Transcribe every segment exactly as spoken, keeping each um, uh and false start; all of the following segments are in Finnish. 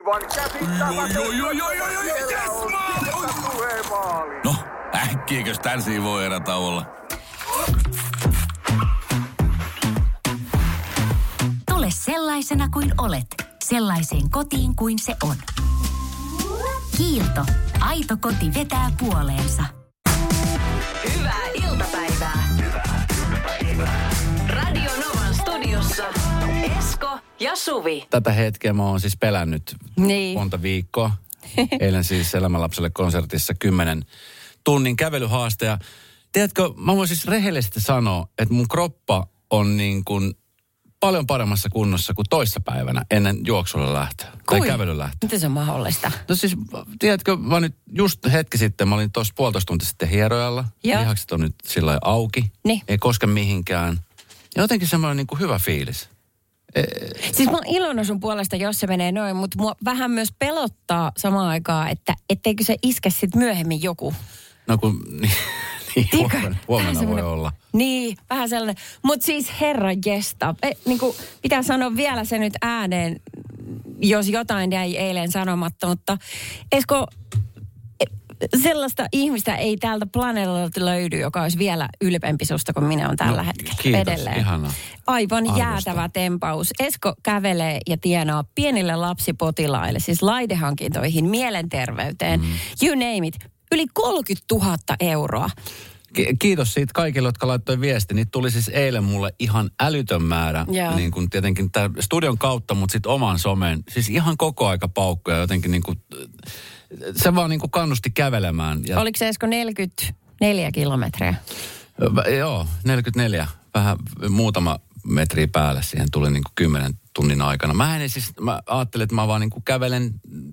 Aivan käsittämätöntä. No, äkkiäkös tän voi erätä olla? Tule sellaisena kuin olet, sellaiseen kotiin kuin se on. Kiilto. Aito koti vetää puoleensa. Hyvää iltapäivää. Hyvää iltapäivää. Radio Novan studiossa Esko ja Suvi. Tätä hetkeä mä oon siis pelännyt niin. monta viikkoa. Eilen siis Elämänlapselle konsertissa kymmenen tunnin kävelyhaaste. Ja tiedätkö, mä voin siis rehellisesti sanoa, että mun kroppa on niin kuin paljon paremmassa kunnossa kuin toissapäivänä ennen juoksulle lähtöä. Tai kävelyn lähtöä. Miten se on mahdollista? No siis, tiedätkö, mä nyt just hetki sitten, mä olin tuossa puolitoista tuntia sitten hierojalla. Joo. Lihakset on nyt sillä lailla auki. Niin. Ei koske mihinkään. Ja jotenkin semmoinen niin kuin hyvä fiilis. E- Siis mä oon iloinen sun puolesta, jos se menee noin, mutta mua vähän myös pelottaa samaan aikaan, että etteikö se iske sit myöhemmin joku. No kun, niin, niin huomenna, huomenna voi olla. Niin, vähän sellainen. Mutta siis herra jesta, e, niin kuin pitää sanoa vielä se nyt ääneen, jos jotain jäi eilen sanomatta, mutta Esko, sellaista ihmistä ei täältä planeetalta löydy, joka olisi vielä ylpeämpi susta kuin minä on tällä no, hetkellä. Kiitos, edelleen. Ihanaa. Aivan Arvostan. jäätävä tempaus. Esko kävelee ja tienaa pienille lapsipotilaille, siis laidehankintoihin, mielenterveyteen, mm. you name it, yli kolmekymmentätuhatta euroa. Kiitos siitä kaikille, jotka laittoi viesti. Niitä tuli siis eilen mulle ihan älytön määrä. Joo. Niin kuin tietenkin tämän studion kautta, mutta sitten oman someen. Siis ihan koko aika paukkuja jotenkin niin kuin, se vaan niin kuin kannusti kävelemään. Ja oliko se Esko neljäkymmentäneljä kilometriä? Joo, neljäkymmentäneljä. Vähän muutama metri päälle siihen tuli niin kuin kymmenen tunnin aikana. Mä en siis, mä ajattelin, että mä vaan niin kuin kävelen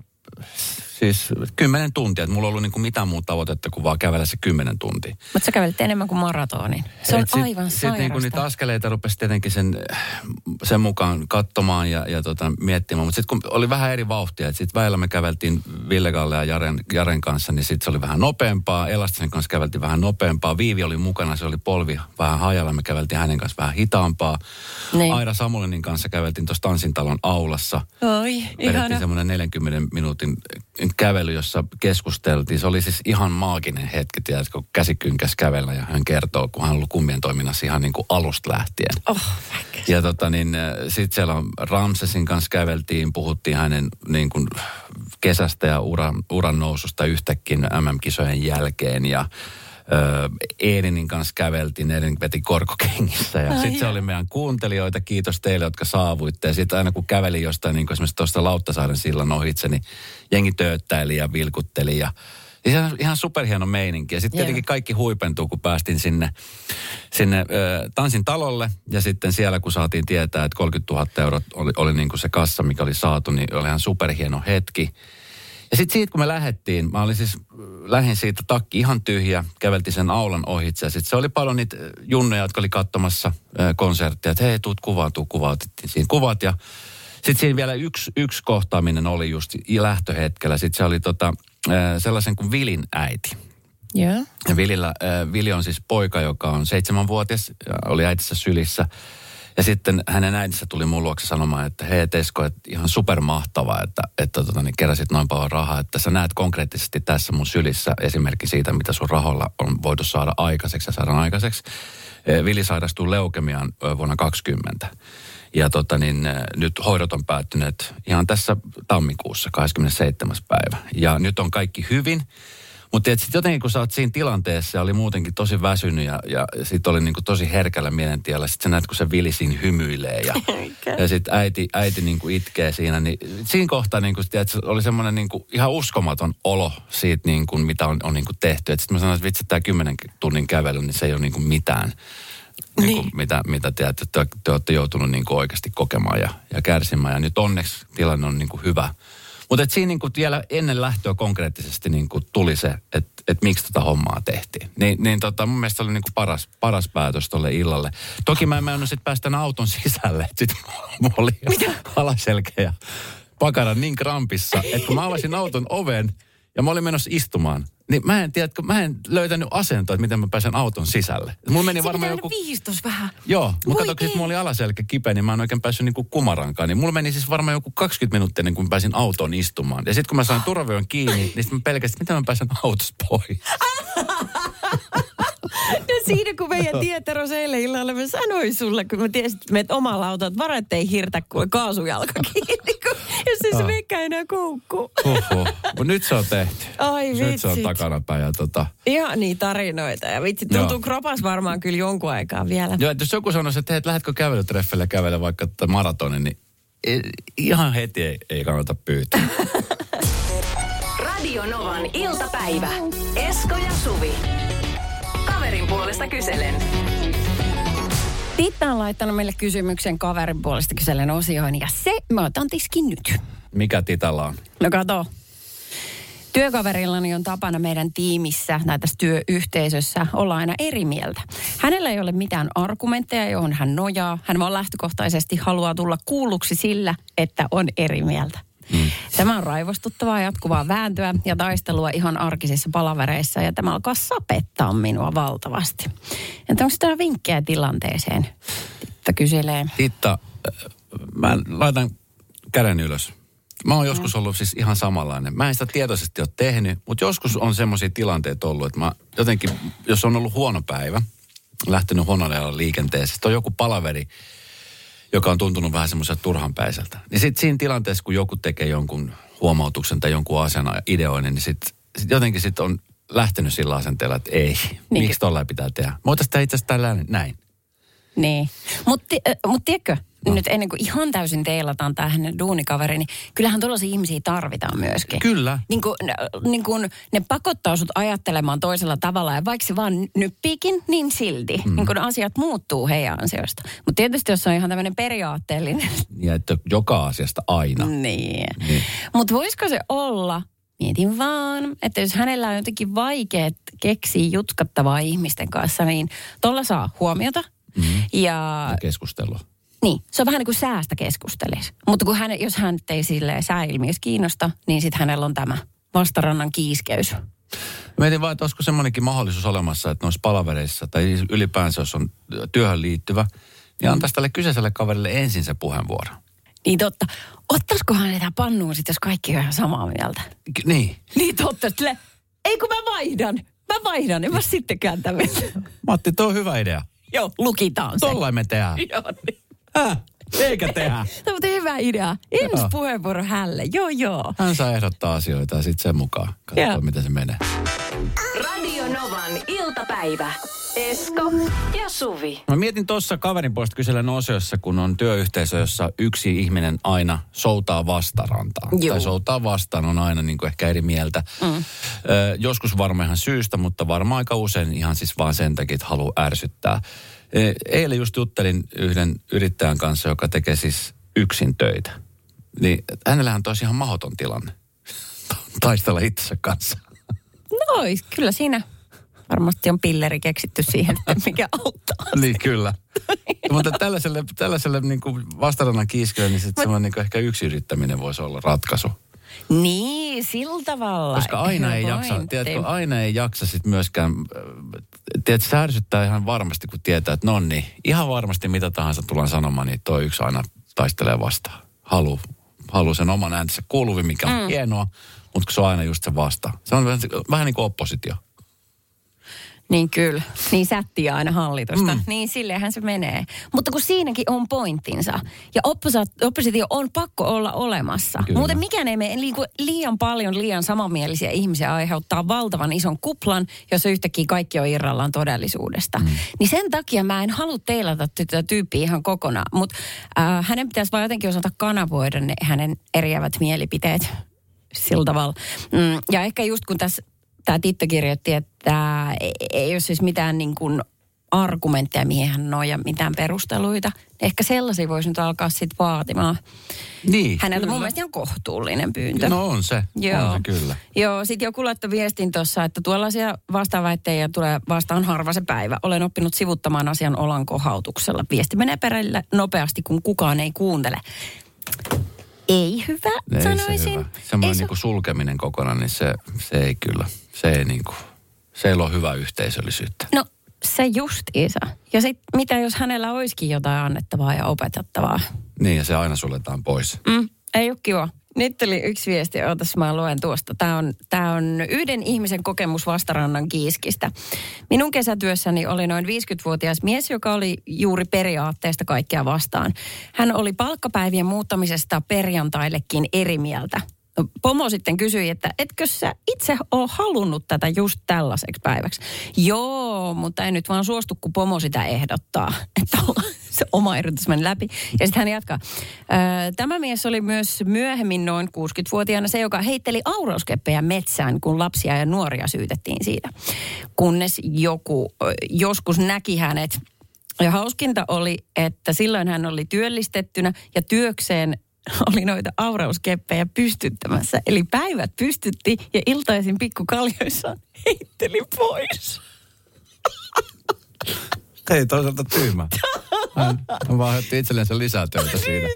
siis kymmenen tuntia, että mulla on ollut niin kuin mitään muuta tavoitetta kuin vaan kävellä se kymmenen tuntia. Mutta sä kävelit enemmän kuin maratonin. Se on et sit, aivan sit sairasta. Sitten niin niitä askeleita rupesi tietenkin sen, sen mukaan katsomaan ja, ja tota, miettimään. Mutta sitten kun oli vähän eri vauhtia, että sitten väillä me käveltiin Ville Galle ja Jaren, Jaren kanssa, niin sitten se oli vähän nopeampaa. Elastisen kanssa käveltiin vähän nopeampaa. Viivi oli mukana, se oli polvi vähän hajalla. Me käveltiin hänen kanssa vähän hitaampaa. Niin. Aira Samulinin kanssa käveltiin tuossa Tanssintalon aulassa. Oi, ihana. Semmoinen neljänkymmenen minuutin kävely, jossa keskusteltiin. Se oli siis ihan maaginen hetki, tiedätkö, kun käsikynkäs kävellä ja hän kertoo, kun hän on ollut kummien toiminnassa ihan niin kuin alusta lähtien. Oh, ja tota niin, sitten siellä Ramsesin kanssa käveltiin, puhuttiin hänen niin kuin kesästä ja uran, uran noususta yhtäkkiä M M-kisojen jälkeen ja Öö, Eerinin kanssa käveltiin, Eerin veti korkokengissä ja sitten se oli meidän kuuntelijoita, kiitos teille, jotka saavuitte. Ja sitten aina kun kävelin jostain, niin kuin esimerkiksi tuosta Lauttasaaren sillan ohitse, niin jengi tööttäili ja vilkutteli ja, ja se on ihan superhieno meininki. Ja sitten tietenkin kaikki huipentuu, kun päästiin sinne, sinne ö, Tanssin talolle ja sitten siellä kun saatiin tietää, että kolmekymmentätuhatta euroa oli, oli niin kuin se kassa, mikä oli saatu, niin oli ihan superhieno hetki. Ja sitten siitä, kun me lähdettiin, mä olin siis, lähdin siitä takki ihan tyhjä, käveltiin sen aulan ohitse. Ja sitten se oli paljon niitä junneja, jotka oli katsomassa konserttia, että hei, tuut kuvaan, tuu kuvaan, otettiin siinä kuvat. Ja sitten siinä vielä yksi, yksi kohtaaminen oli just lähtöhetkellä. Sitten se oli tota, sellaisen kuin Vilin äiti. Yeah. Ja Vilillä, Vili on siis poika, joka on seitsemänvuotias, oli äitissä sylissä. Ja sitten hänen äitinsä tuli mun luokse sanomaan, että hei Esko, että ihan supermahtavaa, että, että tota, niin keräsit noin paljon rahaa. Että sä näet konkreettisesti tässä mun sylissä esimerkki siitä, mitä sun rahoilla on voitu saada aikaiseksi ja saada aikaiseksi. Vili sairastui leukemiaan vuonna kaksikymmentä. Ja tota niin, nyt hoidot on päättyneet ihan tässä tammikuussa, kahdeskymmenesseitsemäs päivä. Ja nyt on kaikki hyvin. Mutta sitten jotenkin kun sä oot siinä tilanteessa ja oli muutenkin tosi väsynyt ja, ja sitten oli niinku tosi herkällä mielentiellä. Sitten sä näet, kun se Vili siinä hymyilee ja, ja sitten äiti, äiti niinku itkee siinä. Niin siinä kohtaa niinku, tiedät, oli semmoinen niinku ihan uskomaton olo siitä, niinku, mitä on, on niinku tehty. Sitten mä sanoin, että vitsi, tämä kymmenen tunnin kävely, niin se ei ole niinku mitään, niinku, niin. mitä, mitä tiedät, te, te olette joutunut niinku oikeasti kokemaan ja, ja kärsimään. Ja nyt onneksi tilanne on niinku hyvä. Mutta siinä niinku vielä ennen lähtöä konkreettisesti niinku tuli se, että et miksi tota hommaa tehtiin. Ni, niin tota, mun mielestä oli niinku paras, paras päätös tolle illalle. Toki mä en mennyt sitten päästä auton sisälle. Sitten mulla oli alaselkä ja pakara niin krampissa, että kun mä avasin auton oven Ja mä olin menossa istumaan. Niin mä en tiedä, mä en löytänyt asentoa, että miten mä pääsen auton sisälle. Mulla meni se varmaan joku... joku... viistos vähän. Joo, mutta Voi kato, kun ei. mulla oli alaselkä kipeä, niin mä en oikein päässyt niinku kumarankaan. Niin mulla meni siis varmaan joku kaksikymmentä minuuttia ennen kuin mä pääsin autoon istumaan. Ja sitten kun mä sain turvavyön kiinni, niin sitten mä pelkästään, miten mä pääsen autosta pois. No siinä kun meidän tietäros eilen illalla mä sanoin sulle, kun mä tiesin, että meet omalla autolla, että varo, ettei hirtä kuin kaasujalka kiinni, kun, jos ei se Ah. menekään enää koukkuun. Huhhuh. Mutta nyt se on tehty. Ai Nyt se on vitsit. takanapäin ja tota... Ihan niin tarinoita. Ja vitsi, tuntuu Joo. kropas varmaan kyllä jonkun aikaa vielä. Joo, että jos joku sanoisi, että hei, et lähdetkö kävelytreffelle kävellä vaikka tätä maratonin, niin ei- ihan heti ei, ei kannata pyytää. Radio Novan iltapäivä. Esko ja Suvi. Kaverin puolesta kyselen. Titta on laittanut meille kysymyksen kaverin puolesta kyselen osioon, ja se mä otan tiskin nyt. Mikä Titalla on? No kato. Työkaverillani on tapana meidän tiimissä, tai tässä työyhteisössä, olla aina eri mieltä. Hänellä ei ole mitään argumentteja, johon hän nojaa. Hän vaan lähtökohtaisesti haluaa tulla kuulluksi sillä, että on eri mieltä. Hmm. Tämä on raivostuttavaa jatkuvaa vääntöä ja taistelua ihan arkisissa palavereissa, ja tämä alkaa sapettaa minua valtavasti. Entä onko tämä vinkkejä tilanteeseen? Titta kyselee. Titta, äh, mä laitan käden ylös. Mä oon joskus ollut siis ihan samanlainen. Mä en sitä tietoisesti ole tehnyt, mutta joskus on semmoisia tilanteita ollut, että mä jotenkin, jos on ollut huono päivä, lähtenyt huonolla liikenteessä, sitten on joku palaveri, joka on tuntunut vähän semmoiselta turhanpäiseltä. Niin sitten siinä tilanteessa, kun joku tekee jonkun huomautuksen tai jonkun asian ideoinen, niin sitten sit jotenkin sit on lähtenyt sillä asenteella, että ei, niin. Miksi tollain pitää tehdä? Mä oon tästä itse asiassa tällä näin. Niin. Mutta äh, mut tiedätkö, no. Nyt ennen kuin ihan täysin teilataan tämä hänen duunikaveri, niin kyllähän tuollaisia ihmisiä tarvitaan myöskin. Kyllä. Niin kuin, niin kuin ne pakottaa sut ajattelemaan toisella tavalla, ja vaikka se vaan nyppiikin, niin silti. Mm. Niin kuin asiat muuttuu heidän ansiosta. Mutta tietysti jos on ihan tämmöinen periaatteellinen. Ja että joka asiasta aina. niin. niin. Mutta voisiko se olla, mietin vaan, että jos hänellä on jotenkin vaikea keksiä jutkattavaa ihmisten kanssa, niin tuolla saa huomiota. Mm-hmm. Ja, ja keskustelua. Niin, se on vähän niin kuin säästä keskustelisi. Mutta kun hän, jos hän ei silleen sääilmiössä kiinnosta, niin sitten hänellä on tämä vastarannan kiiskeys. Mietin vaan, että olisiko semmoinenkin mahdollisuus olemassa, että noissa palavereissa tai ylipäänsä, jos on työhön liittyvä, niin antaisi tälle kyseiselle kaverille ensin se puheenvuoro. Niin totta. Ottaisikohan sitä pannuun sitten, jos kaikki on ihan samaa mieltä? K- niin. Niin totta. Sille, ei kun mä vaihdan. Mä vaihdan, en mä sittenkään tämmöistä. Matti, tuo on hyvä idea. Joo, lukitaan se. Tollain me tehdään. Joo, niin. Häh? Eikä tehdä. Tämä on hyvä idea. Ensi Joo. puheenvuoro hälle. Joo, joo. Hän saa ehdottaa asioita ja sitten sen mukaan. Katsotaan, Joo. miten se menee. Radio Novan iltapäivä. Esko ja Suvi. Mä mietin tuossa kaverin puolesta kyselen osiossa, kun on työyhteisö, jossa yksi ihminen aina soutaa vastarantaan. Joo. Tai soutaa vastaan, on aina niin kuin ehkä eri mieltä. Mm. Ö, joskus varmaan ihan syystä, mutta varmaan aika usein ihan siis vaan sen takia, että haluaa ärsyttää. E, eilen just juttelin yhden yrittäjän kanssa, joka tekee siis yksin töitä. Niin hänellähän toisi ihan mahdoton tilanne taistella itsensä kanssa. No, kyllä siinä varmasti on pilleri keksitty siihen, että mikä auttaa. Niin, kyllä. Mutta tällaiselle, tällaiselle niin kuin vastarannan kiiskelle, niin sitten semmoinen niin kuin ehkä yksi yrittäminen voisi olla ratkaisu. Niin, sillä tavalla. Koska aina ei Pointti. jaksa, tiedätkö, aina ei jaksa sitten myöskään, tiedätkö, se ärsyttää ihan varmasti, kun tietää, että no niin, ihan varmasti mitä tahansa tullaan sanomaan, niin toi yksi aina taistelee vastaan. Halu, halu sen oman ääntänsä kuuluvin, mikä on mm. hienoa, mutta kun se on aina just se vasta. Se on vähän, vähän niin kuin oppositio. Niin kyllä. Niin sättiä aina hallitusta. Mm. Niin silleenhän se menee. Mutta kun siinäkin on pointtinsa. Ja opposa- oppositio on pakko olla olemassa. Kyllä. Muuten mikään ei mene. Liiku liian paljon liian samanmielisiä ihmisiä aiheuttaa valtavan ison kuplan, jos yhtäkkiä kaikki on irrallaan todellisuudesta. Mm. Niin sen takia mä en halua teilata tätä tyyppiä ihan kokonaan. Mutta äh, hänen pitäisi vaan jotenkin osata kanavoida ne hänen eriävät mielipiteet sillä tavalla. Mm, ja ehkä just kun tässä tämä Titta kirjoitti, että ei ole siis mitään niin kuin argumentteja, mihin hän nojaa, mitään perusteluita. Ehkä sellaisia voisi nyt alkaa sitten vaatimaan. Niin, Häneltä kyllä. mun mielestä ihan kohtuullinen pyyntö. No on se, Joo. on se kyllä. Joo, sitten joku laittoi viestin tuossa, että tuollaisia vastaväittejä tulee vastaan harva se päivä. Olen oppinut sivuttamaan asian olan kohautuksella. Viesti menee perille nopeasti, kun kukaan ei kuuntele. ei hyvä, ei sanoisin. Se hyvä. Semmoinen se... niinku sulkeminen kokonaan, niin se, se ei kyllä, se ei niinku, se ei ole hyvä yhteisöllisyyttä. No se justiinsa. Ja sitten mitä jos hänellä olisikin jotain annettavaa ja opetettavaa? Niin, ja se aina suljetaan pois. Mm, ei ole kiva. Nyt tuli yksi viesti, ootas mä luen tuosta. Tämä on, tää on yhden ihmisen kokemus Vastarannan Kiiskistä. Minun kesätyössäni oli noin viisikymmentävuotias mies, joka oli juuri periaatteesta kaikkea vastaan. Hän oli palkkapäivien muuttamisesta perjantaillekin eri mieltä. Pomo sitten kysyi, että etkö sä itse ole halunnut tätä just tällaiseksi päiväksi? Joo, mutta en nyt vaan suostu, kun pomo sitä ehdottaa. Että se oma ehdotus meni läpi. Ja sitten hän jatkaa. Tämä mies oli myös myöhemmin noin kuusikymmentävuotiaana se, joka heitteli aurauskeppejä metsään, kun lapsia ja nuoria syytettiin siitä. Kunnes joku joskus näki hänet. Ja hauskinta oli, että silloin hän oli työllistettynä ja työkseen oli noita aurauskeppejä pystyttämässä. Eli päivät pystytti ja iltaisin pikkukaljoissaan heitteli pois. Ei toisaalta tyhmä. Hän, hän vaan otti itsellensä lisää töitä siinä.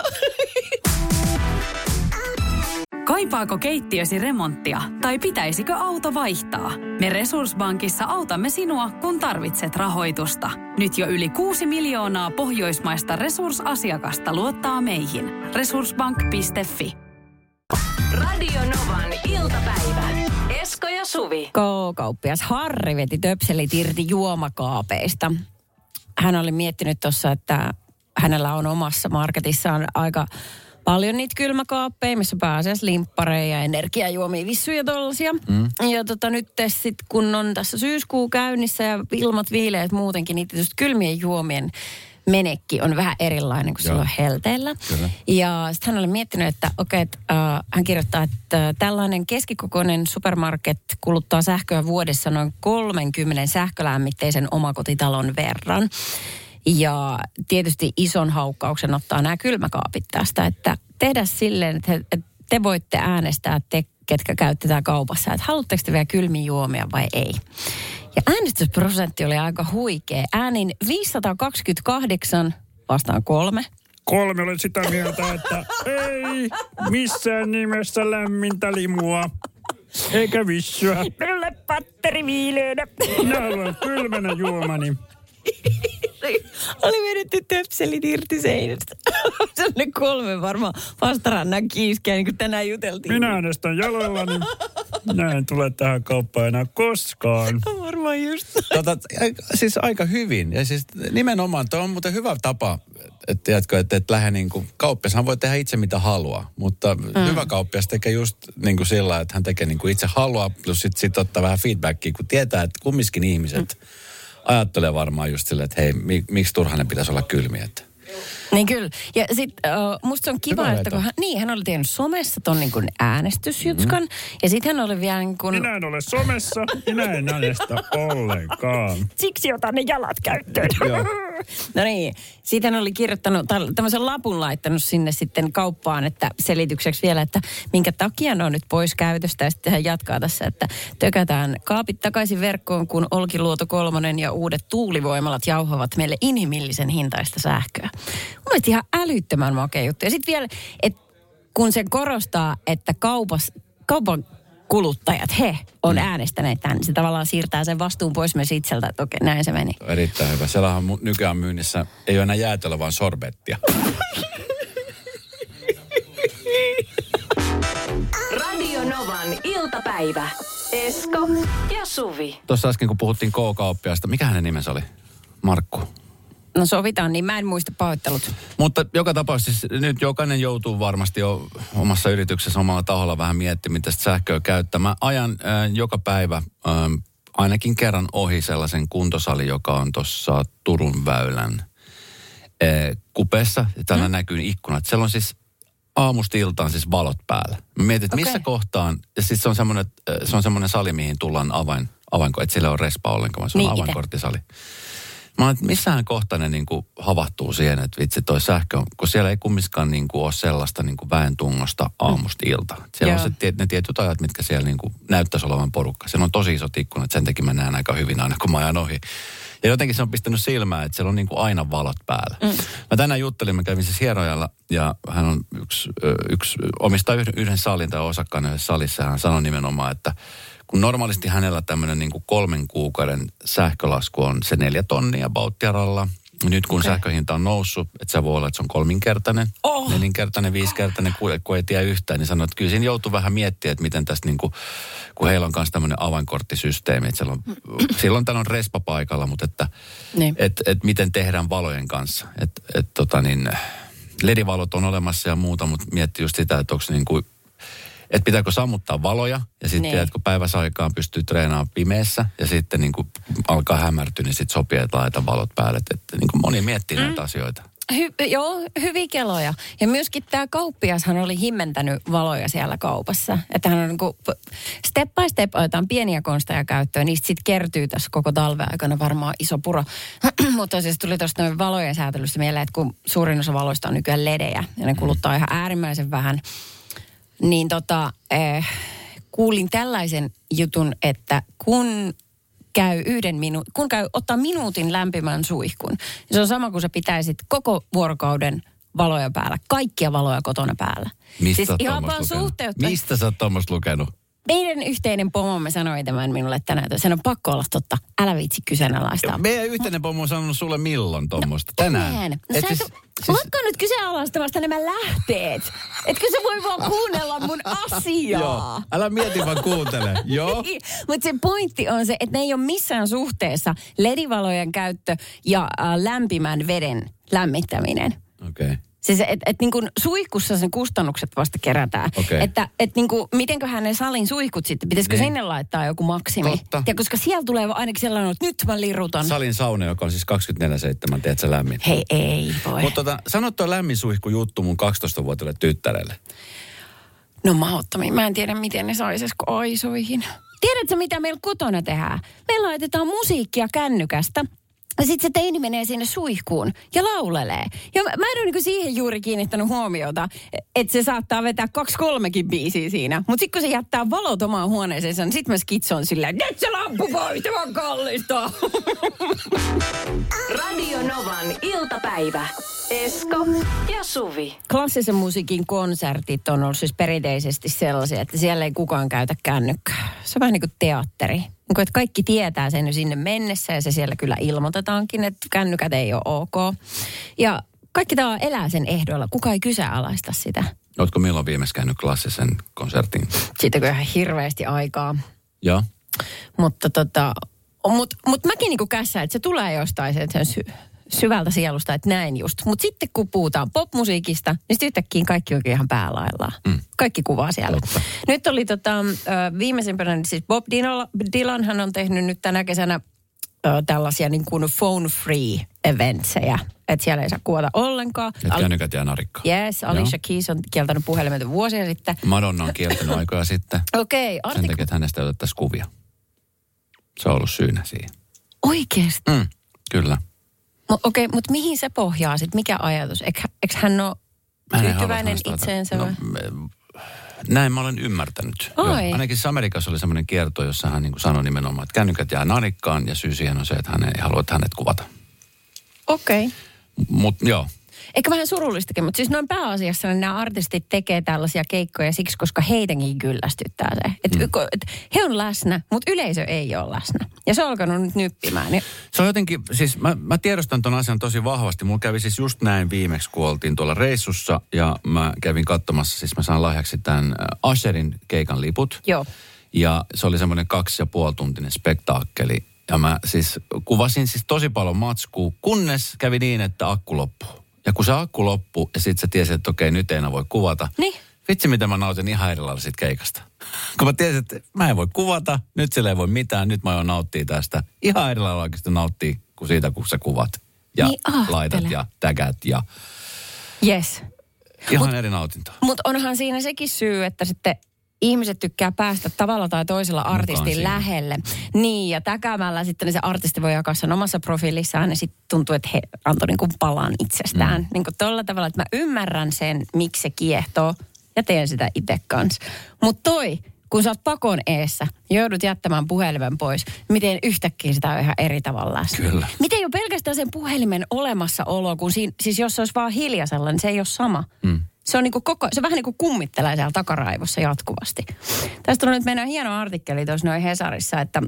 Kaipaako keittiösi remonttia tai pitäisikö auto vaihtaa? Me Resurssbankissa autamme sinua, kun tarvitset rahoitusta. Nyt jo yli kuusi miljoonaa pohjoismaista resursasiakasta luottaa meihin. Resurssbank piste fi. Radio Novan iltapäivä. Esko ja Suvi. K-kauppias Harri veti töpselit irti juomakaapeista. Hän oli miettinyt tuossa, että hänellä on omassa marketissaan aika paljon niitä kylmäkaappeja, missä pääasiassa limppareja ja energiajuomia, vissuja tollaisia. Mm. Ja tota, nyt sitten, kun on tässä syyskuu käynnissä ja ilmat viileät muutenkin, niin tietysti kylmien juomien menekki on vähän erilainen kuin silloin helteellä. Kyllä. Ja sitten hän oli miettinyt, että okei, okay, äh, hän kirjoittaa, että tällainen keskikokoinen supermarket kuluttaa sähköä vuodessa noin kolmenkymmenen sähkölämmitteisen omakotitalon verran. Ja tietysti ison haukkauksen ottaa nämä kylmäkaapit tästä, että tehdä silleen, että te voitte äänestää, te, ketkä käytetään kaupassa, että haluatteko te vielä kylmiä juomia vai ei. Ja äänestysprosentti oli aika huikea. Äänin viisisataakaksikymmentäkahdeksan vastaan kolme. Kolme olen sitä mieltä, että ei missään nimessä lämmintä limua. Eikä vissyä. Minulle patteri viileänä. Minä haluan kylmänä juomani. Oli vedetty töpselit irti seinästä. Sellainen kolme varmaan Vastarannan Kiiskiä, niin kuin tänään juteltiin. Minä äänestän jaloillani. Minä en tule tähän kauppaan enää koskaan. Varmaan just. Tota, siis aika hyvin. Ja siis nimenomaan, tuo on muuten hyvä tapa, että tiedätkö, että et lähde niin kuin, kauppiashan voi tehdä itse mitä haluaa. Mutta mm. hyvä kauppias tekee just niin kuin sillä, että hän tekee niin kuin itse haluaa, plus sitten sit ottaa vähän feedbackia, kun tietää, että kumminkin ihmiset mm. ajattelee varmaan just silleen, että hei, mi, miksi turhaan ne pitäisi olla kylmiä, että niin kyllä. Ja sitten uh, musta on kiva, hyvä että kun hän, niin, hän oli tehnyt somessa ton niin kuin äänestysjutskan. Mm. Ja sitten hän oli vielä niin kuin minä en ole somessa, minä en äänestä ollenkaan. Siksi otan ne jalat käyttöön. No niin, siitä hän oli kirjoittanut, tämmöisen lapun laittanut sinne sitten kauppaan, että selitykseksi vielä, että minkä takia ne on nyt pois käytöstä. Ja sitten hän jatkaa tässä, että tökätään kaapit takaisin verkkoon, kun Olkiluoto kolmonen ja uudet tuulivoimalat jauhavat meille inhimillisen hintaista sähköä. Mun mielestä ihan älyttömän makea juttu. Ja sitten vielä, että kun se korostaa, että kaupas, kaupan kuluttajat, he on mm. äänestäneet tämän, niin se tavallaan siirtää sen vastuun pois myös itseltä, että okei, näin se meni. Erittäin hyvä. Siellähän nykyään myynnissä ei ole enää jäätelöä, vaan sorbettia. Radio Novan iltapäivä. Esko ja Suvi. Tuossa äsken, kun puhuttiin K-kauppiasta, mikä hänen nimensä oli? Markku. No sovitaan, niin mä en muista pahoittelut. Mutta joka tapauksessa nyt jokainen joutuu varmasti jo omassa yrityksessä omalla taholla vähän miettimään, mitä sähköä käyttää. Mä ajan äh, joka päivä äh, ainakin kerran ohi sellaisen kuntosalin, joka on tuossa Turun väylän äh, kupeessa. Täällä hmm. näkyy ikkunat. Siellä on siis aamusta iltaan siis valot päällä. Mä mietin, että okay. missä kohtaan, ja siis se on semmoinen, se on semmoinen sali, mihin tullaan avain, avainko, että siellä on respa ollenkaan, vaan se on niin avainkorttisali. Mä oon, että missähän kohta ne niin kuin havahtuu siihen, että vitsi toi sähkö on, kun siellä ei kumminkaan niin kuin ole sellaista niin kuin väen tungosta aamusta ilta. Siellä Joo. on se, ne tietyt ajat, mitkä siellä niin kuin näyttäisi olevan porukka. Siellä on tosi isot ikkunat, sen takia mä näen aika hyvin aina, kun mä ajan ohi. Ja jotenkin se on pistänyt silmään, että siellä on niin kuin aina valot päällä. Mm. Mä tänään juttelin, mä kävin siis hierojalla ja hän on yksi, yksi omistaa yhden, yhden salin tai osakkaan yhdessä salissa. Hän sanoi nimenomaan, että kun normaalisti hänellä tämmöinen niin kuin kolmen kuukauden sähkölasku on se neljä tonnia Bauttiaralla. Nyt kun okay. sähköhinta on noussut, että se voi olla, että se on kolminkertainen, oh. nelinkertainen, viisikertainen, kun ei tiedä yhtään, niin sanoo, että kyllä siinä joutuu vähän miettimään, että miten tästä niin kuin, kun heillä on myös tämmöinen avainkorttisysteemi, että silloin, silloin täällä on respa paikalla, mutta että niin. et, et miten tehdään valojen kanssa. Että et, tota niin, L E D-valot on olemassa ja muuta, mutta miettii just sitä, että onko niin kuin että pitääkö sammuttaa valoja ja sitten niin. kun päiväsaikaan pystyy treenaamaan pimeässä ja sitten niin kuin alkaa hämärtyä, niin sitten sopii, että laita valot päälle. Että niin kuin moni miettii mm. näitä asioita. Hy- joo, hyviä keloja. Ja myöskin tämä kauppiashan oli himmentänyt valoja siellä kaupassa. Että hän on niin kuin step by step otetaan pieniä konsteja käyttöön. Niistä sitten kertyy tässä koko talven aikana varmaan iso puro. Mutta siis tuli tuosta noin valojen säätelystä mieleen, että kun suurin osa valoista on nykyään L E Dejä ja ne kuluttaa ihan äärimmäisen vähän. Niin tota, äh, kuulin tällaisen jutun, että kun käy yhden minu- kun käy ottaa minuutin lämpimän suihkun, niin se on sama kuin sä pitäisit koko vuorokauden valoja päällä, kaikkia valoja kotona päällä. Mistä siis sä oot ihan tommoista vaan suhteuttaa. Mistä sä oot tommoista lukenut? Meidän yhteinen pomomme sanoi tämän minulle tänään, että sen on pakko olla totta. Älä viitsi kyseenalaistaa. Meidän yhteinen pomo on sanonut sulle milloin tommoista? No, tänään. No, sä siis, siis... Lakkaa nyt kyseenalaistamasta nämä lähteet. Etkö sä voi vaan kuunnella mun asiaa? Joo, älä mieti vaan kuuntele. Joo. Mutta se pointti on se, että ne ei ole missään suhteessa L E D-valojen käyttö ja äh, lämpimän veden lämmittäminen. Okei. Okay. Siis, että et, niin kuin suihkussa sen kustannukset vasta kerätään. Okay. Että et, niin kuin, mitenköhän ne salin suihkut sitten, pitäisikö niin. sinne laittaa joku maksimi? Totta. Ja koska siellä tulee ainakin sellainen, että nyt mä lirutan. Salin sauna, joka on siis kaksikymmentäneljä seitsemän, teet sä lämmin. Hei, ei voi. Mutta tota, sano tuo lämmin suihku juttu mun kaksitoistavuotiaille tyttärelle. No mahdottomiin. Mä en tiedä, miten ne saisiko aisoihin. Tiedätkö, mitä meillä kotona tehdään? Me laitetaan musiikkia kännykästä. Ja sitten se teini menee sinne suihkuun ja laulelee. Ja mä, mä en ole niinku siihen juuri kiinnittänyt huomiota, että se saattaa vetää kaksi kolmekin biisiä siinä. Mutta sitten kun se jättää valot omaan huoneeseensa, niin sitten mä skitson silleen, nyt se lampu pois, tämä on kallista. Radio Novan iltapäivä. Esko ja Suvi. Klassisen musiikin konsertit on ollut siis perinteisesti sellaisia, että siellä ei kukaan käytä kännykkää. Se on vähän niin kuin teatteri. Niin kuin, että kaikki tietää sen jo sinne mennessä ja se siellä kyllä ilmoitetaankin, että kännykät ei ole ok. Ja kaikki tämä elää sen ehdoilla. Kuka ei kyseenalaista sitä. Ootko milloin viimeksi käynyt klassisen konsertin? Siitä on ihan hirveästi aikaa. Joo. Mutta tota, mut, mut mäkin niinku kässään, että se tulee jostain sen sy- syvältä sielusta, että näin just. Mutta sitten kun puhutaan popmusiikista, niin sitten yhtäkkiä kaikki oikein ihan päälaillaan. Mm. Kaikki kuvaa siellä. Totta. Nyt oli tota, viimeisimpänä siis Bob Dylan, Dylan, hän on tehnyt nyt tänä kesänä tällaisia niin kuin phone free eventsejä. Että siellä ei saa kuvata ollenkaan. Että kännykät jää narikkaan. Yes, Alicia Keys on kieltänyt puhelimet vuosia sitten. Madonna on kieltänyt aikoja sitten. Okei. Okay, artik- sen takia, että hänestä ei otettaisi kuvia. Se on ollut syynä siihen. Oikeesti? Mm, kyllä. Okei, okay, mutta mihin se pohjaa sitten? Mikä ajatus? Eikö, eikö hän ole tyytyväinen itseensä? No, näin mä olen ymmärtänyt. Joo, ainakin siis Amerikassa oli semmoinen kierto, jossa hän niin kuin sanoi nimenomaan, että kännykät jää narikkaan ja syy siihen on se, että hän ei halua, että hänet kuvata. Okei. Okay. Mutta joo. Eikä vähän surullistakin, mutta siis noin pääasiassa niin nämä artistit tekee tällaisia keikkoja siksi, koska heitäkin kyllästyttää se. Että mm. et he on läsnä, mutta yleisö ei ole läsnä. Ja se on alkanut nyt nyppimään. Niin... Se on jotenkin, siis mä, mä tiedostan ton asian tosi vahvasti. Mulla kävi siis just näin viimeksi, kun oltiin tuolla reissussa ja mä kävin katsomassa, siis mä saan lahjaksi tämän Usherin keikan liput. Joo. Ja se oli semmoinen kaksi ja puoli tuntinen spektaakkeli. Ja mä siis kuvasin siis tosi paljon matskua, kunnes kävi niin, että akku loppui. Ja kun se akku loppui ja sit sä tiesit, että okei, nyt ei enää voi kuvata. Niin. Vitsi, mitä mä nautin ihan eri lailla siitä keikasta. Kun mä tiesin, että mä en voi kuvata, nyt sillä ei voi mitään, nyt mä aion nauttia tästä. Ihan eri lailla oikeasti nauttia kuin siitä, kun sä kuvat. Ja niin, laitat ja tägät ja... Yes. Ihan mut, eri nautintoa. Mutta onhan siinä sekin syy, että sitten ihmiset tykkää päästä tavalla tai toisella artistin siinä. lähelle. Niin, ja täkäämällä sitten se artisti voi jakaa sen omassa profiilissaan, ja sitten tuntuu, että he antoi niin kuin palan itsestään. Mm. Niin kuin tolla tavalla, että mä ymmärrän sen, miksi se kiehtoo, ja teen sitä itse kanssa. Mutta toi, kun sä oot pakon eessä, joudut jättämään puhelimen pois, miten yhtäkkiä sitä on ihan eri tavalla läsnä. Kyllä. Miten jo pelkästään sen puhelimen olemassaolo, kun siinä, siis jos se olisi vaan hiljaisella, niin se ei ole sama. Mm. Se on, niinku koko, se vähän niin kuin kummittelee siellä takaraivossa jatkuvasti. Tästä on nyt meidän hieno artikkeli tuossa noin Hesarissa, että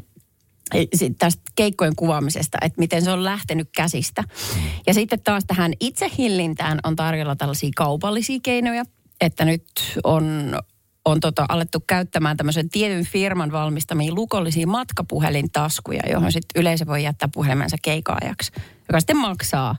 tästä keikkojen kuvaamisesta, että miten se on lähtenyt käsistä. Ja sitten taas tähän itsehillintään on tarjolla tällaisia kaupallisia keinoja, että nyt on, on tota, alettu käyttämään tämmöisen tietyn firman valmistamia lukollisia matkapuhelintaskuja, johon sitten yleisö voi jättää puhelimensa keikaajaksi, joka sitten maksaa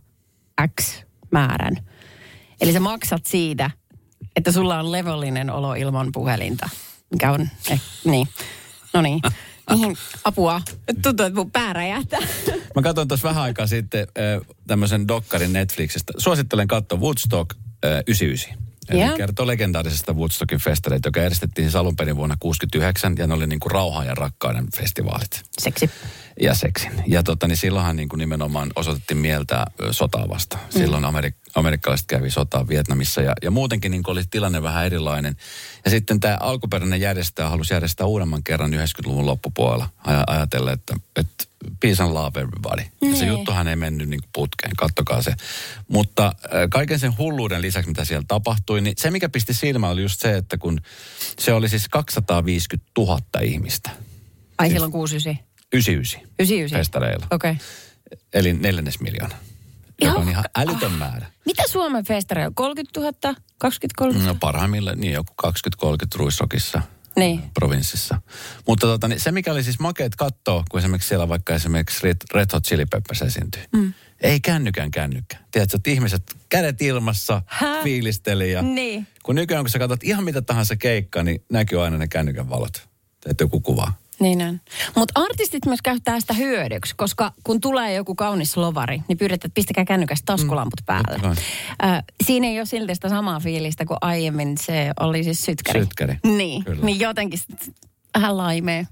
X määrän. Eli sä maksat siitä, että sulla on levollinen olo ilman puhelinta, mikä on, eh, niin, no niin, mihin apua, tuntuu, että mun pää räjähtää. Mä katsoin tuossa vähän aikaa sitten äh, tämmöisen dokkarin Netflixistä. Suosittelen katsoa Woodstock äh, yhdeksänkymmentäyhdeksän. Eli yeah. kertoo legendaarisesta Woodstockin festareita, joka järjestettiin siis alun perin vuonna kuusikymmentäyhdeksän, ja ne oli niin kuin rauhan ja rakkauden festivaalit. Seksi. Ja seksin. Ja tota, niin silloinhan niin kuin nimenomaan osoitettiin mieltä sotaa vastaan. Silloin mm. Amerik- amerikkalaiset kävi sotaa Vietnamissa, ja, ja muutenkin niin kuin oli tilanne vähän erilainen. Ja sitten tämä alkuperäinen järjestäjä halusi järjestää uudemman kerran yhdeksänkymmentäluvun loppupuolella. Aj- ajatellen, että, että peace and love everybody. Ja se juttuhan ei mennyt niin kuin putkeen, kattokaa se. Mutta äh, kaiken sen hulluuden lisäksi, mitä siellä tapahtui, niin se mikä pisti silmään oli just se, että kun se oli siis kaksisataaviisikymmentätuhatta ihmistä. Ai siis silloin kuusikymmentäyhdeksän? yhdeksänkymmentäyhdeksän. yhdeksänkymmentäyhdeksän. Festareilla. Okei. Okay. Eli neljännes miljoona. Joka on ihan älytön määrä. Mitä Suomen festareilla? kolmekymmentätuhatta? kaksikymmentä kolmekymmentä? No parhaimmillaan, niin joku kaksikymmentä kolmekymmentä Ruissokissa. Niin. Provinssissa. Mutta tota, niin se, mikä oli siis makeet katsoa, kun esimerkiksi siellä vaikka esimerkiksi Red, Red Hot Chili Peppers esiintyi. Mm. Ei kännykään kännykkä. Tiedätkö, että ihmiset kädet ilmassa Hä? fiilisteli. Ja niin. Kun nykyään, kun sä katsot ihan mitä tahansa keikkaa, niin näkyy aina ne kännykän valot. Teet joku kuva. Niin on. Mutta artistit myös käyttää sitä hyödyksi, koska kun tulee joku kaunis lovari, niin pyydetään, että pistäkää kännykästä taskulamput päälle. Mm, äh, siinä ei ole silti sitä samaa fiilistä kuin aiemmin, se oli siis sytkäri. Sytkäri. Niin, niin jotenkin vähän laimee.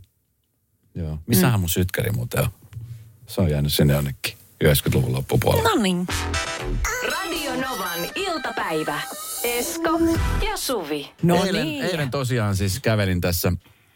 Joo. Missähän mm. mun sytkäri muuten on? Se on jäänyt sinne jonnekin yhdeksänkymmentäluvun loppupuolella. No niin. Radio Novan iltapäivä. Esko ja Suvi. No eilen, niin. eilen tosiaan siis kävelin tässä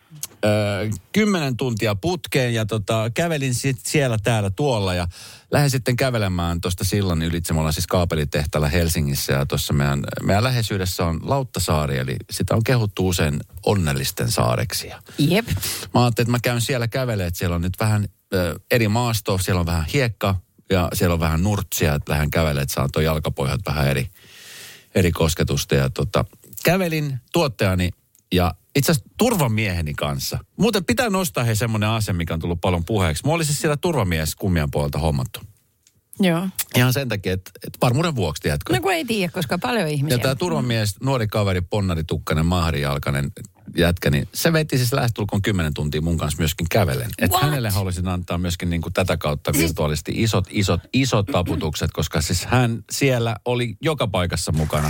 Öö, kymmenen tuntia putkeen ja tota, kävelin sit siellä täällä tuolla ja lähdin sitten kävelemään tuosta sillan ylitse. Me ollaan siis kaapelitehtaalla Helsingissä ja tuossa meidän, meidän läheisyydessä on Lauttasaari, eli sitä on kehuttu usein onnellisten saareksi. Jep. Mä ajattelin, että mä käyn siellä kävelemään, että siellä on nyt vähän ö, eri maastoa, siellä on vähän hiekka ja siellä on vähän nurtsia, että lähden kävelemään, että saan tuon jalkapohjat vähän eri, eri kosketusta. Ja tota, kävelin tuottajani ja itse asiassa turvamieheni kanssa. Muuten pitää nostaa he semmoinen asia, mikä on tullut paljon puheeksi. Mä olin siis siellä turvamies kummien puolelta hommattu. Joo. Ihan sen takia, että, että varmuuden vuoksi, tiedätkö? No kun ei tiedä, koska paljon ihmisiä. Ja tämä turvamies, nuori kaveri, ponnaritukkainen, maharijalkainen jätkä, niin se veti siis lähestulkoon kymmenen tuntia mun kanssa myöskin kävelen. Että hänelle haluaisin antaa myöskin niin kuin tätä kautta virtuaalisesti isot, isot, isot taputukset, koska siis hän siellä oli joka paikassa mukana.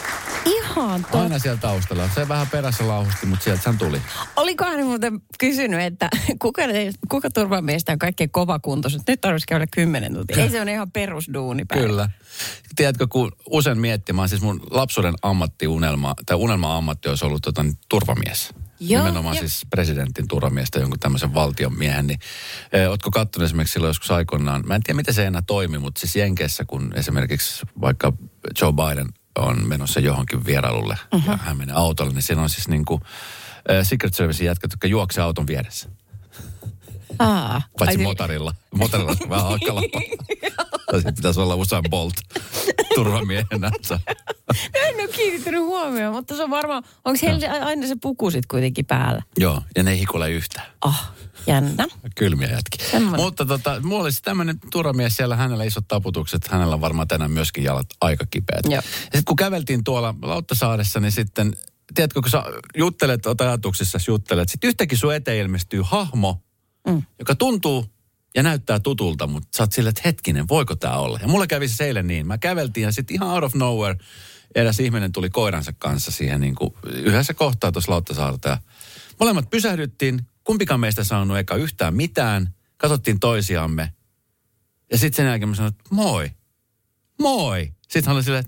Ihan totta. Aina siellä taustalla. Se vähän perässä lauhusti, mutta sieltä hän tuli. Oliko hän muuten kysynyt, että kuka, kuka turvamiestä on kaikkein kovakuntoiset? Nyt tarvitsisi käydä kymmenen tuntia. Ei se on ihan perusduunipäivä. Kyllä. Tiedätkö, kun usein miettimään, siis mun lapsuuden ammattiunelma, tai unelma-ammatti olisi ollut tota, niin, turvamies. Joo, nimenomaan jo. Siis presidentin turvamiestä, jonkun tämmöisen valtion miehen. Niin, eh, ootko katsonut esimerkiksi silloin joskus aikoinaan, mä en tiedä miten se enää toimi, mutta siis Jenkeissä, kun esimerkiksi vaikka Joe Biden on menossa johonkin vierailulle uh-huh. ja hän menee autolle, niin siinä on siis niin kuin äh, Secret Servicein jätkät, jotka juoksee auton vieressä. Aa. Paitsi Ai, motorilla. Motorilla on vähän hakalappa. Tai sitten pitäisi olla Usain Bolt turvamiehenä. No en ole kiinnittänyt huomioon, mutta se on varmaan, onko heillä aina se puku sitten kuitenkin päällä? Joo, ja ne ei hikule yhtään. Ah, jännä. Kylmiä jätki. Semmoinen. Mutta tota, mulla olisi tämmöinen turvamies siellä, hänellä isot taputukset, hänellä on varmaan tänään myöskin jalat aika kipeät. Joo. Ja sitten kun käveltiin tuolla Lauttasaaressa, niin sitten, tiedätkö, kun sä juttelet, oot ajatuksissa juttelet, sitten yhtäkkiä sun eteen ilmestyy hahmo, mm. joka tuntuu ja näyttää tutulta, mutta sä oot silleen, että hetkinen, voiko tää olla? Ja mulla kävi se eilen niin. Mä käveltiin ja sitten ihan out of nowhere eräs ihminen tuli koiransa kanssa siihen niin kuin yhdessä kohtaa tuossa Lauttasaarta. Ja molemmat pysähdyttiin. Kumpikaan meistä saanut eikä yhtään mitään. Katsottiin toisiamme. Ja sitten sen jälkeen mä sanoin, että moi. Moi. Sitten hän oli silleen,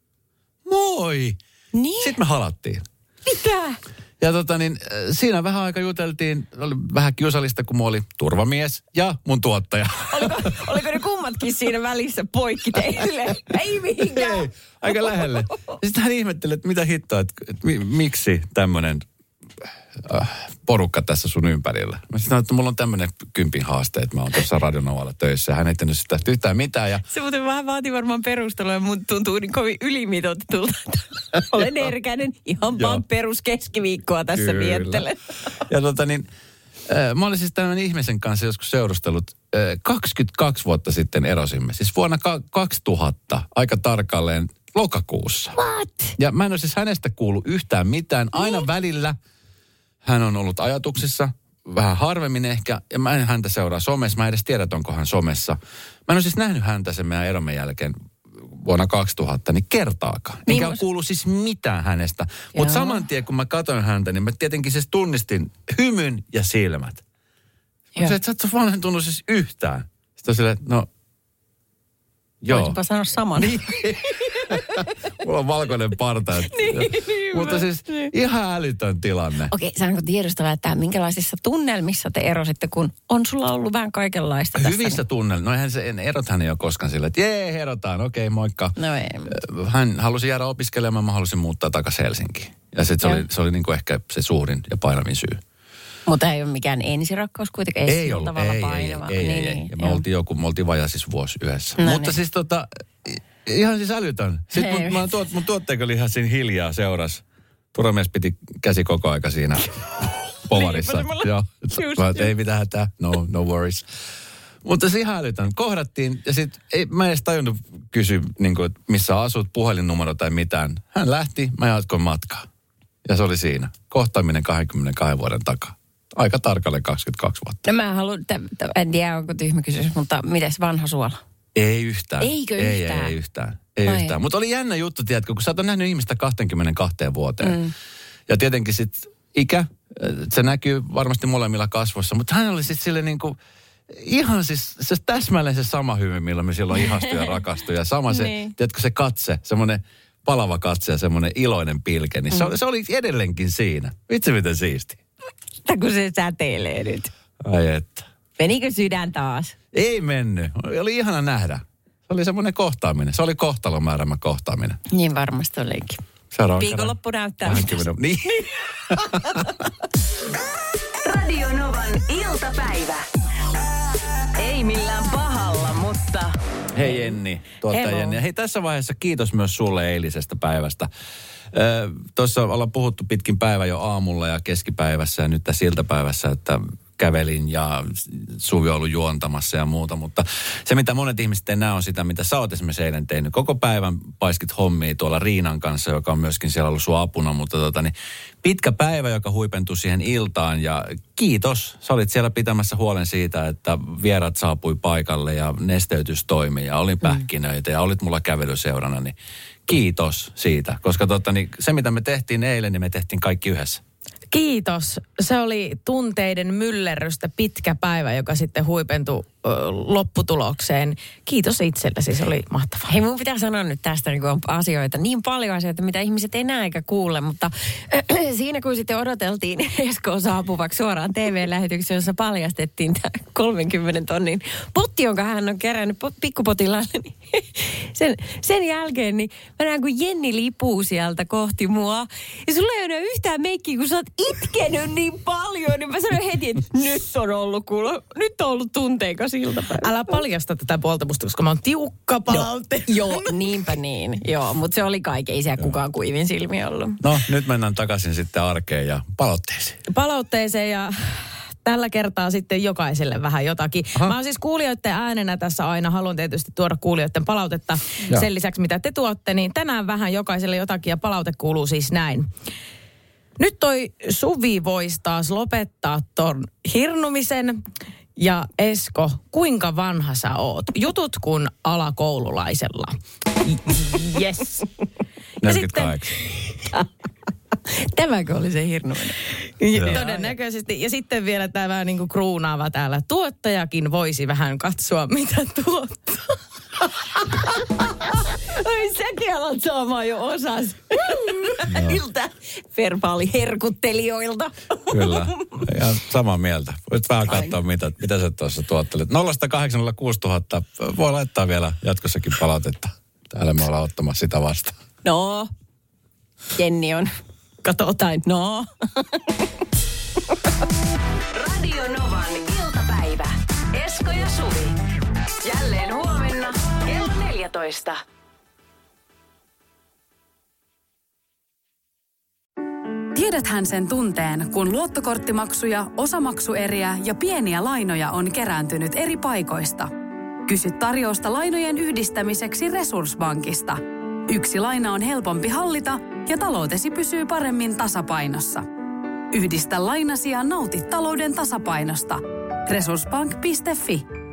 moi. Niin? Sitten me halattiin. Mitä? Ja tota niin, siinä vähän aika juteltiin, oli vähän kiusallista, kun mulla oli turvamies ja mun tuottaja. Oliko, oliko ne kummatkin siinä välissä poikki teille? Ei mihinkään. Ei, aika lähelle. Sitten hän ihmetteli, että mitä hittoa, että, että miksi tämmöinen äh, porukka tässä sun ympärillä. Mä sanoin, että mulla on tämmöinen kympin haaste, että mä oon tuossa Radionovalla töissä ja hän ei tehnyt sitä yhtään mitään. Ja... Se muuten vähän vaatii varmaan perustelua ja mun tuntuu niin kovin ylimitoitetulta. Olen erkäinen, ihan vaan peruskeskiviikkoa tässä Kyllä. viettelen. Ja tota niin, äh, mä olin siis tämän ihmisen kanssa joskus seurustellut. Äh, kaksikymmentäkaksi vuotta sitten erosimme. Siis vuonna ka- kaksituhatta, aika tarkalleen lokakuussa. What? Ja mä en ole siis hänestä kuullut yhtään mitään. Aina niin? Välillä hän on ollut ajatuksissa, vähän harvemmin ehkä. Ja mä en häntä seuraa somessa. Mä en edes tiedä, että onko hän somessa. Mä en ole siis nähnyt häntä sen meidän eromme jälkeen vuonna kaksituhatta, niin kertaakaan. Enkä Niin, ole kuullut siis mitään hänestä. Mutta saman tien, kun mä katsoin häntä, niin mä tietenkin siis tunnistin hymyn ja silmät. Mä se, että sä et ole vanhentunut siis yhtään. Sitten on silleen, no, joo. Voisinpa sanoa saman. Niin. Mulla on valkoinen parta. Että, niin, niin, mutta siis niin. ihan älytön tilanne. Okei, saanko tiedostella, että minkälaisissa tunnelmissa te erositte, kun on sulla ollut vähän kaikenlaista tässä? Hyvissä tunnelmissa. No eihän se, erothan ei ole koskaan sillä, että jee, erotaan, okei, moikka. No ei. Hän halusi jäädä opiskelemaan, mä halusin muuttaa takaisin Helsinkiin. Ja sit se oli, se oli niin kuin ehkä se suurin ja painavin syy. Mutta ei ole mikään ensirakkaus kuitenkaan. Ei, ei ollut, tavalla ei, painava. ei, ei, niin, ei, niin, ja me oltiin joku, me oltiin vajaa siis vuosi yhdessä. No Mutta niin. siis tota, ihan siis älytön. Sitten mun, mun, tuot, mun tuottaja oli ihan siinä hiljaa seurasi. Turvamies piti käsi koko aika siinä povarissa. Joo, mä, ei mitään hätää, no, no worries. Mutta se ihan älytön. Kohdattiin ja sitten mä en edes tajunnut kysyä, niin kuin, missä asut, puhelinnumero tai mitään. Hän lähti, mä jatkoin matkaa. Ja se oli siinä. Kohtaaminen kaksikymmentäkaksi vuoden takaa. Aika tarkalleen kaksikymmentäkaksi vuotta. No mä haluan, t- en tiedä onko tyhmä kysymys, mutta mites vanha suola? Ei yhtään. Eikö ei, yhtään? Ei, ei yhtään. Ei Ai. yhtään. Mutta oli jännä juttu, tiedätkö, kun sä oot nähnyt ihmistä kaksikymmentäkaksi vuoteen. Mm. Ja tietenkin sitten ikä, se näkyy varmasti molemmilla kasvoissa. Mutta hän oli sitten sille niin kuin, ihan siis se täsmälleen se sama hymy, millä me silloin ihastui ja rakastui. Ja sama se, niin. tiedätkö, se katse, semmoinen palava katse ja semmoinen iloinen pilke. Niin mm. se, se oli edelleenkin siinä. Vitsi miten siisti. Kun se säteilee nyt. Ai että. Menikö sydän taas? Ei mennyt. Oli ihana nähdä. Se oli semmoinen kohtaaminen. Se oli kohtalomäärämä kohtaaminen. Niin varmasti olikin. Seuraavan Viikonloppu näyttää. kaksikymmentä Niin. Radio Novan iltapäivä. Ei millään pahalla, mutta... Hei Jenni, tuottaja Hello. Jenni. Ja hei, tässä vaiheessa kiitos myös sulle eilisestä päivästä. Ö, Tuossa ollaan puhuttu pitkin päivä jo aamulla ja keskipäivässä ja nyt tässä iltapäivässä, että kävelin ja Suvi on ollut juontamassa ja muuta, mutta se mitä monet ihmiset ei näe on sitä, mitä sä oot esimerkiksi eilen tehnyt. Koko päivän paiskit hommia tuolla Riinan kanssa, joka on myöskin siellä ollut sun apuna, mutta tota, niin pitkä päivä, joka huipentui siihen iltaan ja kiitos. Sä olit siellä pitämässä huolen siitä, että vierat saapui paikalle ja nesteytys toimi ja oli pähkinöitä ja olit mulla kävelyseurana, niin kiitos siitä. Koska tota, niin se mitä me tehtiin eilen, niin me tehtiin kaikki yhdessä. Kiitos. Se oli tunteiden myllerrystä pitkä päivä, joka sitten huipentui ö, lopputulokseen. Kiitos itsellesi, se oli mahtavaa. Hei, mun pitää sanoa nyt tästä niin on asioita, niin paljon asioita, mitä ihmiset ei näe eikä kuule, mutta äh, siinä kun sitten odoteltiin Eskoon saapuvaksi suoraan T V-lähetykseen, jossa paljastettiin tämä kolmenkymmenen tonnin potti, jonka hän on kerännyt pikkupotilaille, niin sen, sen jälkeen niin mä näen, kun Jenni lipuu sieltä kohti mua, ja sulla ei ole yhtään meikkiä, kun sä oot itkenyt niin paljon, niin mä sanoin heti, että nyt on ollut kuulo, nyt on ollut tunteikas iltapäivä. Älä paljasta tätä puolta musta, koska mä oon tiukka palaute. Joo, joo, niinpä niin. Joo, mutta se oli kaiken. Ei siellä kukaan kuivin silmi ollut. No, nyt mennään takaisin sitten arkeen ja palautteisiin. Palautteeseen ja tällä kertaa sitten jokaiselle vähän jotakin. Aha. Mä oon siis kuulijoiden äänenä tässä aina. Haluan tietysti tuoda kuulijoiden palautetta. Joo. Sen lisäksi, mitä te tuotte, niin tänään vähän jokaiselle jotakin ja palaute kuuluu siis näin. Nyt toi Suvi voisi taas lopettaa ton hirnumisen. Ja Esko, kuinka vanha sä oot? Jutut kun alakoululaisella. Yes. neljäkymmentäkahdeksan. Tämäkö oli se hirnuinen? Todennäköisesti. Ja sitten vielä tämä niin kuin kruunaava täällä. Tuottajakin voisi vähän katsoa, mitä tuottaa. Oi, säkin alat saamaan jo osas. No. Iltä verbaaliherkuttelijoilta. Kyllä, ihan samaa mieltä. Voit vähän katsoa, mitä, mitä sä tuossa tuottelet. nolla kahdeksan nolla kuusi tuhatta. Voi laittaa vielä jatkossakin palautetta. Täällä me ollaan ottamassa sitä vastaan. No, Jenni on. Katsotaan, no. Radio Novan iltapäivä. Esko ja Suvi. Jälleen huomenna kello neljätoista. Tiedäthän sen tunteen, kun luottokorttimaksuja, osamaksueriä ja pieniä lainoja on kerääntynyt eri paikoista. Kysy tarjousta lainojen yhdistämiseksi Resurssbankista. Yksi laina on helpompi hallita ja taloutesi pysyy paremmin tasapainossa. Yhdistä lainasi ja nauti talouden tasapainosta. Resurssbank piste fi